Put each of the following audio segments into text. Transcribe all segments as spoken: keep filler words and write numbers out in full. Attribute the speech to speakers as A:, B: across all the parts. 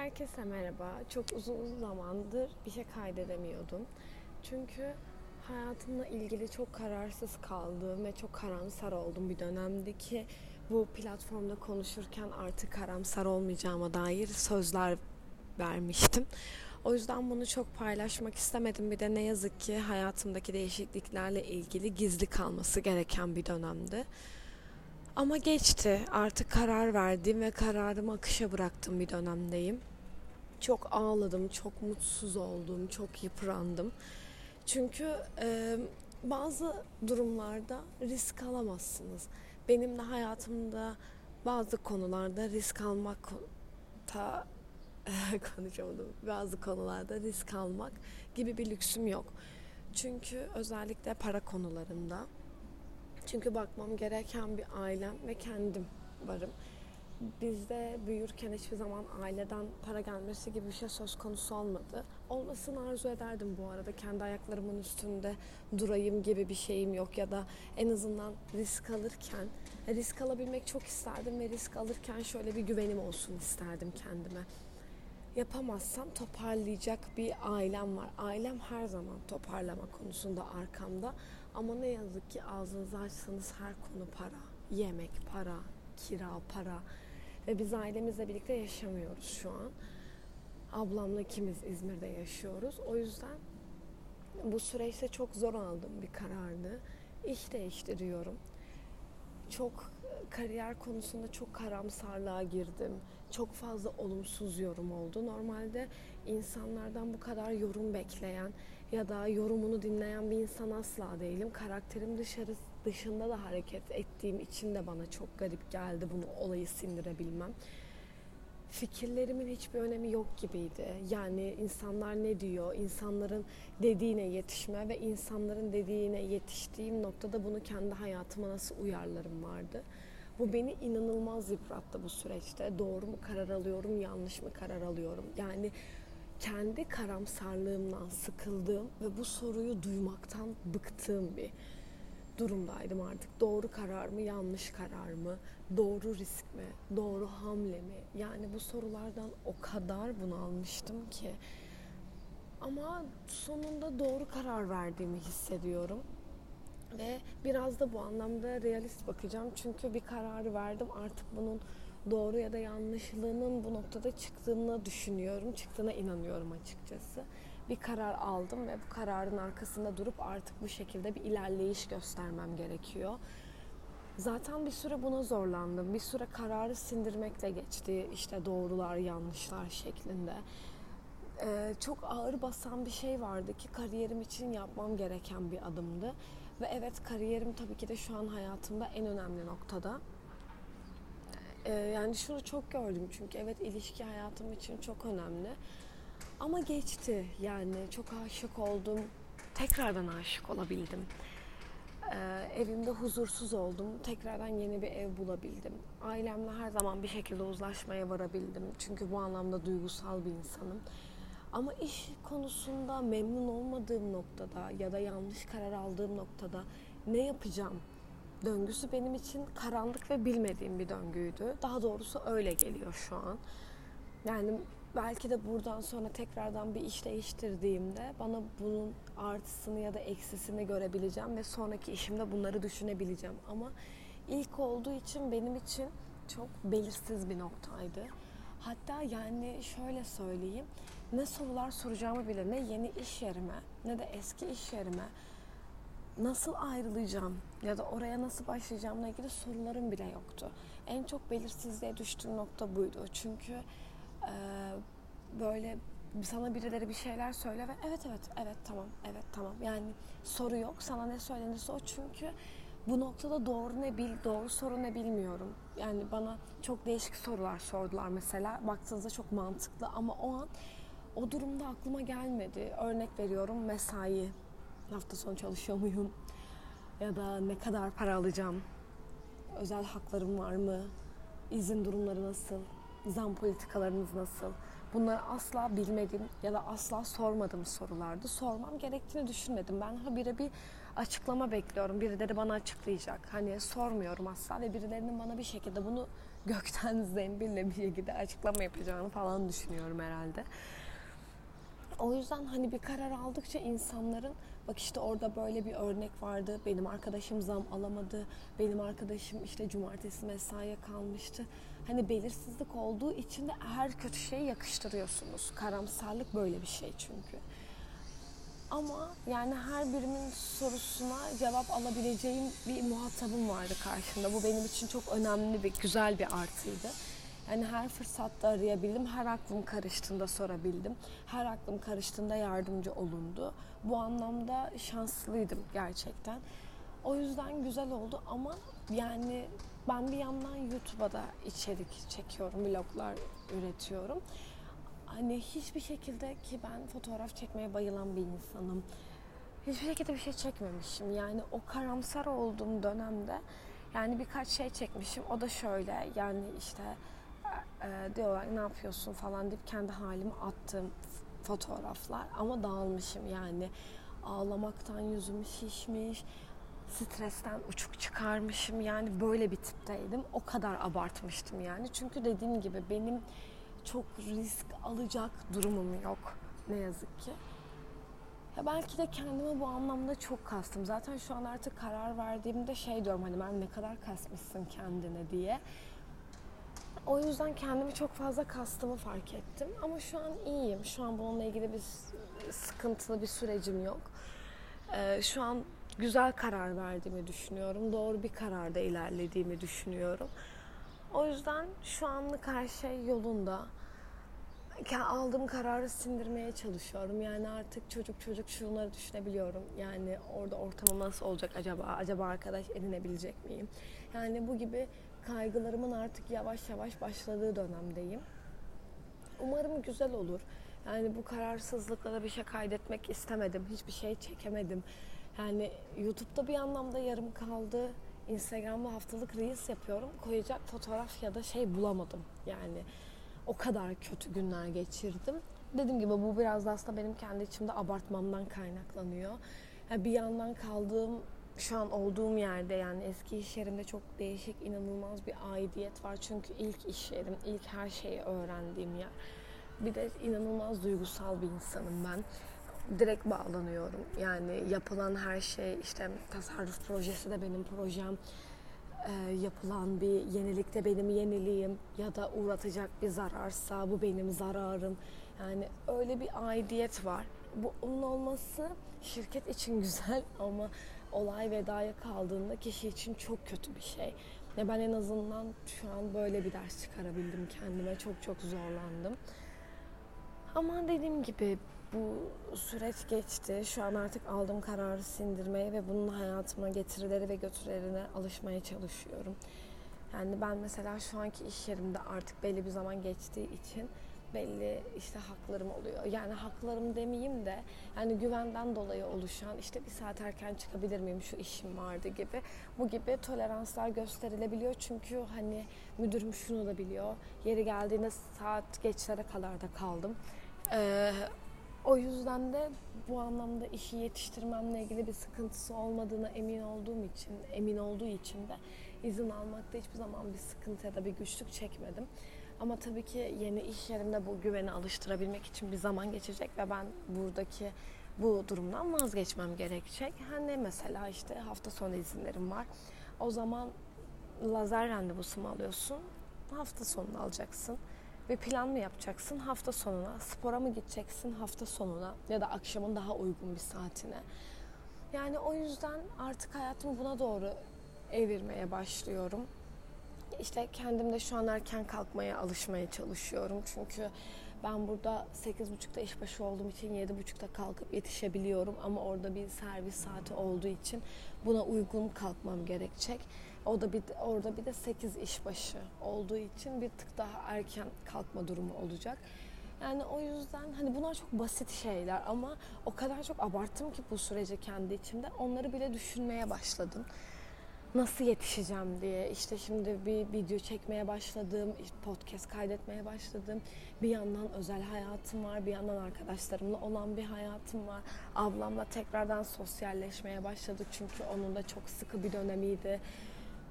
A: Herkese merhaba. Çok uzun zamandır bir şey kaydedemiyordum. Çünkü hayatımla ilgili çok kararsız kaldığım ve çok karamsar olduğum bir dönemdi ki bu platformda konuşurken artık karamsar olmayacağıma dair sözler vermiştim. O yüzden bunu çok paylaşmak istemedim. Bir de ne yazık ki hayatımdaki değişikliklerle ilgili gizli kalması gereken bir dönemdi. Ama geçti. Artık karar verdiğim ve kararımı akışa bıraktığım bir dönemdeyim. Çok ağladım, çok mutsuz oldum, çok yıprandım. Çünkü e, bazı durumlarda risk alamazsınız. Benim de hayatımda bazı konularda risk almak ta konuşamadım. Bazı konularda risk almak gibi bir lüksüm yok. Çünkü özellikle para konularında. Çünkü bakmam gereken bir ailem ve kendim varım. Bizde büyürken hiçbir zaman aileden para gelmesi gibi bir şey söz konusu olmadı. Olmasını arzu ederdim bu arada. Kendi ayaklarımın üstünde durayım gibi bir şeyim yok. Ya da en azından risk alırken, risk alabilmek çok isterdim ve risk alırken şöyle bir güvenim olsun isterdim kendime. Yapamazsam toparlayacak bir ailem var. Ailem her zaman toparlama konusunda arkamda. Ama ne yazık ki ağzınızı açsanız her konu para. Yemek, para, kira, para. Ve biz ailemizle birlikte yaşamıyoruz şu an. Ablamla ikimiz İzmir'de yaşıyoruz. O yüzden bu süreçte çok zor aldığım bir karardı. İş değiştiriyorum. Çok kariyer konusunda çok karamsarlığa girdim. Çok fazla olumsuz yorum oldu. Normalde insanlardan bu kadar yorum bekleyen ya da yorumunu dinleyen bir insan asla değilim. Karakterim dışarı dışında da hareket ettiğim için de bana çok garip geldi bunu olayı sindirebilmem. Fikirlerimin hiçbir önemi yok gibiydi. Yani insanlar ne diyor, insanların dediğine yetişme ve insanların dediğine yetiştiğim noktada bunu kendi hayatıma nasıl uyarlarım vardı. Bu beni inanılmaz yıprattı bu süreçte. Doğru mu karar alıyorum, yanlış mı karar alıyorum? Yani kendi karamsarlığımdan sıkıldığım ve bu soruyu duymaktan bıktığım bir durumdaydım artık. Doğru karar mı, yanlış karar mı? Doğru risk mi, doğru hamle mi? Yani bu sorulardan o kadar bunalmıştım ki. Ama sonunda doğru karar verdiğimi hissediyorum. Ve biraz da bu anlamda realist bakacağım. Çünkü bir kararı verdim. Artık bunun doğru ya da yanlışlığının bu noktada çıktığını düşünüyorum. Çıktığına inanıyorum açıkçası. Bir karar aldım ve bu kararın arkasında durup artık bu şekilde bir ilerleyiş göstermem gerekiyor. Zaten bir süre buna zorlandım. Bir süre kararı sindirmekle geçti. İşte doğrular, yanlışlar şeklinde. Ee, çok ağır basan bir şey vardı ki kariyerim için yapmam gereken bir adımdı. Ve evet, kariyerim tabii ki de şu an hayatımda en önemli noktada. Ee, yani şunu çok gördüm çünkü evet, ilişki hayatım için çok önemli. Ama geçti, yani çok aşık oldum. Tekrardan aşık olabildim. Ee, evimde huzursuz oldum. Tekrardan yeni bir ev bulabildim. Ailemle her zaman bir şekilde uzlaşmaya varabildim. Çünkü bu anlamda duygusal bir insanım. Ama iş konusunda memnun olmadığım noktada ya da yanlış karar aldığım noktada ne yapacağım döngüsü benim için karanlık ve bilmediğim bir döngüydü. Daha doğrusu öyle geliyor şu an. Yani belki de buradan sonra tekrardan bir iş değiştirdiğimde bana bunun artısını ya da eksisini görebileceğim ve sonraki işimde bunları düşünebileceğim. Ama ilk olduğu için benim için çok belirsiz bir noktaydı. Hatta yani şöyle söyleyeyim, ne sorular soracağımı bile, ne yeni iş yerime ne de eski iş yerime nasıl ayrılacağım ya da oraya nasıl başlayacağımla ilgili sorularım bile yoktu. En çok belirsizliğe düştüğüm nokta buydu. Çünkü e, böyle sana birileri bir şeyler söyle ve evet evet evet tamam evet tamam, yani soru yok, sana ne söylenirse o. Çünkü bu noktada doğru ne bil doğru soru ne bilmiyorum. Yani bana çok değişik sorular sordular mesela. Baktığınızda çok mantıklı ama o an o durumda aklıma gelmedi. Örnek veriyorum, mesai, hafta sonu çalışıyor muyum? Ya da ne kadar para alacağım? Özel haklarım var mı? İzin durumları nasıl? Zam politikalarınız nasıl? Bunları asla bilmediğim ya da asla sormadığım sorulardı. Sormam gerektiğini düşünmedim. Ben habire bir açıklama bekliyorum. Birileri bana açıklayacak. Hani sormuyorum asla ve birilerinin bana bir şekilde bunu gökten zembille bir şekilde açıklama yapacağını falan düşünüyorum herhalde. O yüzden hani bir karar aldıkça insanların, bak işte orada böyle bir örnek vardı, benim arkadaşım zam alamadı, benim arkadaşım işte cumartesi mesaiye kalmıştı. Hani belirsizlik olduğu için de her kötü şeyi yakıştırıyorsunuz. Karamsarlık böyle bir şey çünkü. Ama yani her birimin sorusuna cevap alabileceğim bir muhatabım vardı karşımda. Bu benim için çok önemli ve güzel bir artıydı. Yani her fırsatta arayabildim, her aklım karıştığında sorabildim. Her aklım karıştığında yardımcı olundu. Bu anlamda şanslıydım gerçekten. O yüzden güzel oldu ama yani ben bir yandan YouTube'a da içerik çekiyorum, vloglar üretiyorum. Hani hiçbir şekilde, ki ben fotoğraf çekmeye bayılan bir insanım, hiçbir şekilde bir şey çekmemişim. Yani o karamsar olduğum dönemde yani birkaç şey çekmişim. O da şöyle, yani işte e, diyorlar ne yapıyorsun falan deyip kendi halime attığım fotoğraflar. Ama dağılmışım yani. Ağlamaktan yüzüm şişmiş, stresten uçuk çıkarmışım. Yani böyle bir tipteydim. O kadar abartmıştım yani. Çünkü dediğim gibi benim çok risk alacak durumum yok ne yazık ki. Ya belki de kendimi bu anlamda çok kastım. Zaten şu an artık karar verdiğimde şey diyorum, hani ben ne kadar kasmışsın kendine diye. O yüzden kendimi çok fazla kastımı fark ettim. Ama şu an iyiyim. Şu an bununla ilgili bir sıkıntılı bir sürecim yok. Ee, şu an güzel karar verdiğimi düşünüyorum. Doğru bir kararda ilerlediğimi düşünüyorum. O yüzden şu anlık her şey yolunda. Aldığım kararı sindirmeye çalışıyorum. Yani artık çocuk çocuk şunları düşünebiliyorum. Yani orada ortamım nasıl olacak acaba? Acaba arkadaş edinebilecek miyim? Yani bu gibi kaygılarımın artık yavaş yavaş başladığı dönemdeyim. Umarım güzel olur. Yani bu kararsızlıkla da bir şey kaydetmek istemedim. Hiçbir şey çekemedim. Yani YouTube'da bir anlamda yarım kaldı. Instagram'da haftalık Reels yapıyorum. Koyacak fotoğraf ya da şey bulamadım. Yani o kadar kötü günler geçirdim. Dediğim gibi bu biraz da aslında benim kendi içimde abartmamdan kaynaklanıyor. Yani bir yandan kaldığım, şu an olduğum yerde, yani eski iş yerimde çok değişik, inanılmaz bir aidiyet var. Çünkü ilk iş yerim, ilk her şeyi öğrendiğim yer. Bir de inanılmaz duygusal bir insanım ben. Direkt bağlanıyorum. Yani yapılan her şey, işte tasarruf projesi de benim projem. E, yapılan bir yenilik de benim yeniliğim ya da uğratacak bir zararsa bu benim zararım. Yani öyle bir aidiyet var. Bu onun olması şirket için güzel ama olay vedaya kaldığında kişi için çok kötü bir şey. Ya ben en azından şu an böyle bir ders çıkarabildim kendime. Çok çok zorlandım. Ama dediğim gibi bu süreç geçti. Şu an artık aldığım kararı sindirmeye ve bunun hayatıma getirileri ve götürülerine alışmaya çalışıyorum. Yani ben mesela şu anki iş yerimde artık belli bir zaman geçtiği için belli işte haklarım oluyor. Yani haklarım demeyeyim de yani güvenden dolayı oluşan işte bir saat erken çıkabilir miyim, şu işim vardı gibi, bu gibi toleranslar gösterilebiliyor. Çünkü hani müdürüm şunu da biliyor. Yeri geldiğinde saat geçlere kadar da kaldım. Ee, o yüzden de bu anlamda işi yetiştirmemle ilgili bir sıkıntısı olmadığına emin olduğum için, emin olduğu için de izin almakta hiçbir zaman bir sıkıntı ya da bir güçlük çekmedim. Ama tabii ki yeni iş yerimde bu güveni alıştırabilmek için bir zaman geçecek ve ben buradaki bu durumdan vazgeçmem gerekecek. Hani mesela işte hafta sonu izinlerim var. O zaman lazer randevusu mu alıyorsun? Hafta sonunu alacaksın. Bir plan mı yapacaksın hafta sonuna? Spora mı gideceksin hafta sonuna? Ya da akşamın daha uygun bir saatine? Yani o yüzden artık hayatımı buna doğru evirmeye başlıyorum. İşte kendim de şu an erken kalkmaya alışmaya çalışıyorum. Çünkü ben burada sekiz buçukta işbaşı olduğum için yedi buçukta kalkıp yetişebiliyorum. Ama orada bir servis saati olduğu için buna uygun kalkmam gerekecek. O da bir, orada bir de sekiz işbaşı olduğu için bir tık daha erken kalkma durumu olacak. Yani o yüzden hani bunlar çok basit şeyler ama o kadar çok abarttım ki bu süreci kendi içimde. Onları bile düşünmeye başladım. Nasıl yetişeceğim diye. İşte şimdi bir video çekmeye başladım, podcast kaydetmeye başladım. Bir yandan özel hayatım var, bir yandan arkadaşlarımla olan bir hayatım var. Ablamla tekrardan sosyalleşmeye başladık çünkü onun da çok sıkı bir dönemiydi.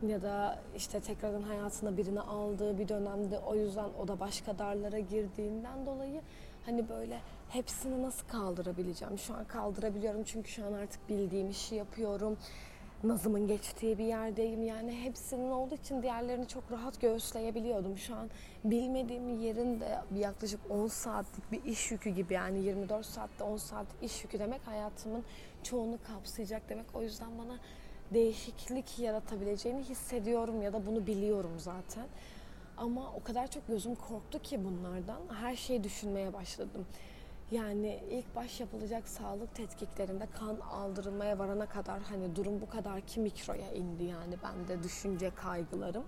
A: ya da işte tekrardan hayatına birini aldığı bir dönemde, o yüzden o da başka darlara girdiğinden dolayı hani böyle hepsini nasıl kaldırabileceğim? Şu an kaldırabiliyorum çünkü şu an artık bildiğim işi yapıyorum. Nazımın geçtiği bir yerdeyim. Yani hepsinin olduğu için diğerlerini çok rahat göğüsleyebiliyordum. Şu an bilmediğim yerin de yaklaşık on saatlik bir iş yükü gibi, yani yirmi dört saatte on saatlik iş yükü demek hayatımın çoğunu kapsayacak demek. O yüzden bana değişiklik yaratabileceğini hissediyorum ya da bunu biliyorum zaten. Ama o kadar çok gözüm korktu ki bunlardan, her şeyi düşünmeye başladım. Yani ilk baş yapılacak sağlık tetkiklerinde kan aldırılmaya varana kadar hani durum bu kadar ki mikroya indi, yani bende düşünce kaygılarım.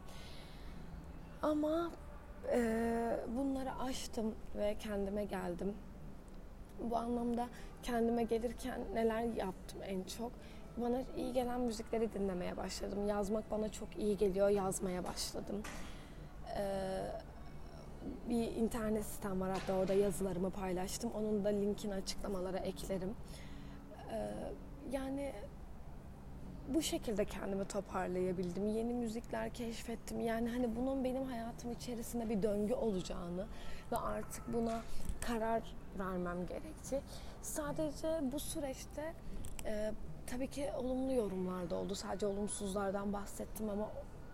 A: Ama e, bunları aştım ve kendime geldim. Bu anlamda kendime gelirken neler yaptım en çok? Bana iyi gelen müzikleri dinlemeye başladım. Yazmak bana çok iyi geliyor, yazmaya başladım. Ee, bir internet sitem var, hatta orada yazılarımı paylaştım. Onun da linkini açıklamalara eklerim. Ee, yani bu şekilde kendimi toparlayabildim. Yeni müzikler keşfettim. Yani hani bunun benim hayatım içerisinde bir döngü olacağını ve artık buna karar vermem gerekti. Sadece bu süreçte e, tabii ki olumlu yorumlar da oldu. Sadece olumsuzlardan bahsettim ama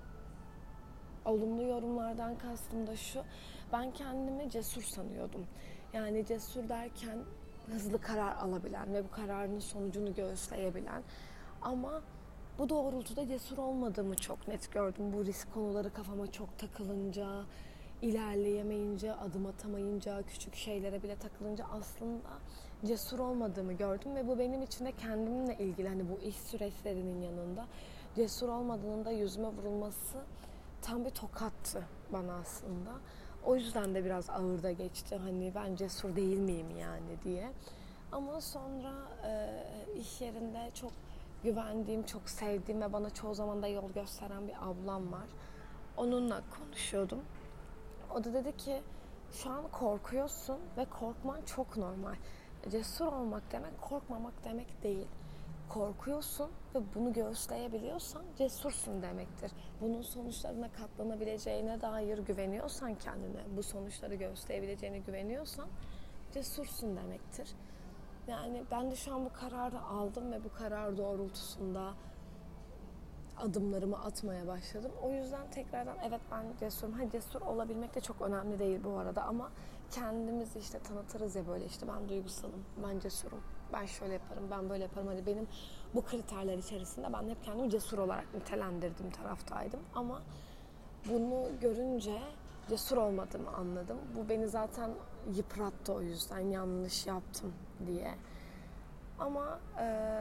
A: olumlu yorumlardan kastım da şu: ben kendimi cesur sanıyordum. Yani cesur derken hızlı karar alabilen ve bu kararın sonucunu göğüsleyebilen, ama bu doğrultuda cesur olmadığımı çok net gördüm. Bu risk konuları kafama çok takılınca, ilerleyemeyince, adım atamayınca, küçük şeylere bile takılınca aslında cesur olmadığımı gördüm ve bu benim için de kendimle ilgili, hani bu iş süreçlerinin yanında cesur olmadığının da yüzüme vurulması tam bir tokattı bana aslında. O yüzden de biraz ağır da geçti. Hani ben cesur değil miyim yani diye. Ama sonra e, iş yerinde çok güvendiğim, çok sevdiğim ve bana çoğu zaman da yol gösteren bir ablam var. Onunla konuşuyordum. O da dedi ki şu an korkuyorsun ve korkman çok normal. Cesur olmak demek korkmamak demek değil. Korkuyorsun ve bunu göğüsleyebiliyorsan cesursun demektir. Bunun sonuçlarına katlanabileceğine dair güveniyorsan kendine, bu sonuçları göğüsleyebileceğine güveniyorsan cesursun demektir. Yani ben de şu an bu kararı aldım ve bu karar doğrultusunda adımlarımı atmaya başladım. O yüzden tekrardan evet ben cesurum. Ha, cesur olabilmek de çok önemli değil bu arada, ama kendimizi işte tanıtırız ya, böyle işte ben duygusalım, ben cesurum, ben şöyle yaparım, ben böyle yaparım. Hani benim bu kriterler içerisinde ben hep kendimi cesur olarak nitelendirdiğim taraftaydım. Ama bunu görünce cesur olmadığımı anladım. Bu beni zaten yıprattı, o yüzden yanlış yaptım diye. Ama e,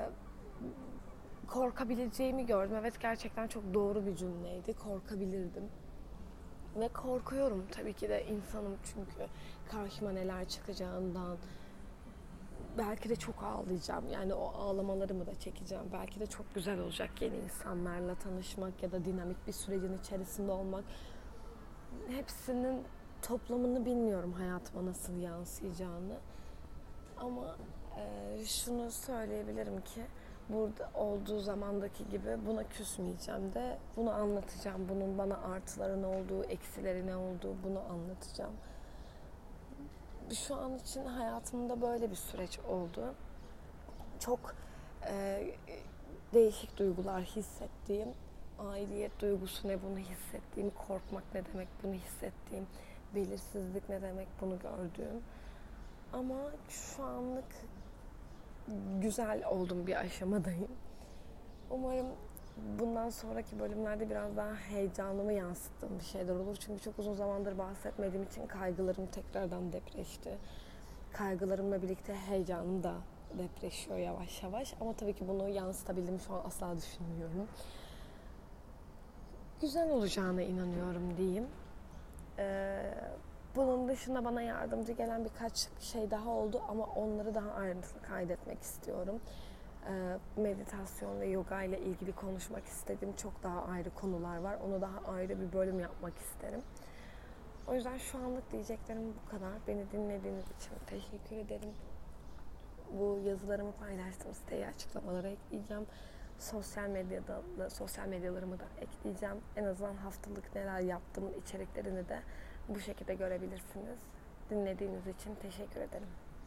A: korkabileceğimi gördüm. Evet, gerçekten çok doğru bir cümleydi. Korkabilirdim. Ve korkuyorum tabii ki de, insanım çünkü. Karşıma neler çıkacağından. Belki de çok ağlayacağım. Yani o ağlamalarımı da çekeceğim. Belki de çok güzel olacak yeni insanlarla tanışmak ya da dinamik bir sürecin içerisinde olmak. Hepsinin toplamını bilmiyorum hayatıma nasıl yansıyacağını. Ama e, şunu söyleyebilirim ki burada olduğu zamandaki gibi buna küsmeyeceğim de, bunu anlatacağım. Bunun bana artıları ne olduğu, eksileri ne olduğu, bunu anlatacağım. Şu an için hayatımda böyle bir süreç oldu. Çok e, değişik duygular hissettiğim, aidiyet duygusu ne, bunu hissettiğim, korkmak ne demek, bunu hissettiğim, belirsizlik ne demek, bunu gördüğüm. Ama şu anlık güzel olduğum bir aşamadayım. Umarım bundan sonraki bölümlerde biraz daha heyecanımı yansıttığım bir şeyler olur. Çünkü çok uzun zamandır bahsetmediğim için kaygılarım tekrardan depreşti. Kaygılarımla birlikte heyecanım da depreşiyor yavaş yavaş. Ama tabii ki bunu yansıtabildiğimi şu an asla düşünmüyorum. Güzel olacağına inanıyorum diyeyim. Ee, bunun dışında bana yardımcı gelen birkaç şey daha oldu ama onları daha ayrıntılı kaydetmek istiyorum. Ee, meditasyon ve yoga ile ilgili konuşmak istediğim çok daha ayrı konular var. Onu daha ayrı bir bölüm yapmak isterim. O yüzden şu anlık diyeceklerim bu kadar. Beni dinlediğiniz için teşekkür ederim. Bu yazılarımı paylaştığım siteyi açıklamalara ekleyeceğim. sosyal medyada da, sosyal medyalarımı da ekleyeceğim. En azından haftalık neler yaptığımın içeriklerini de bu şekilde görebilirsiniz. Dinlediğiniz için teşekkür ederim.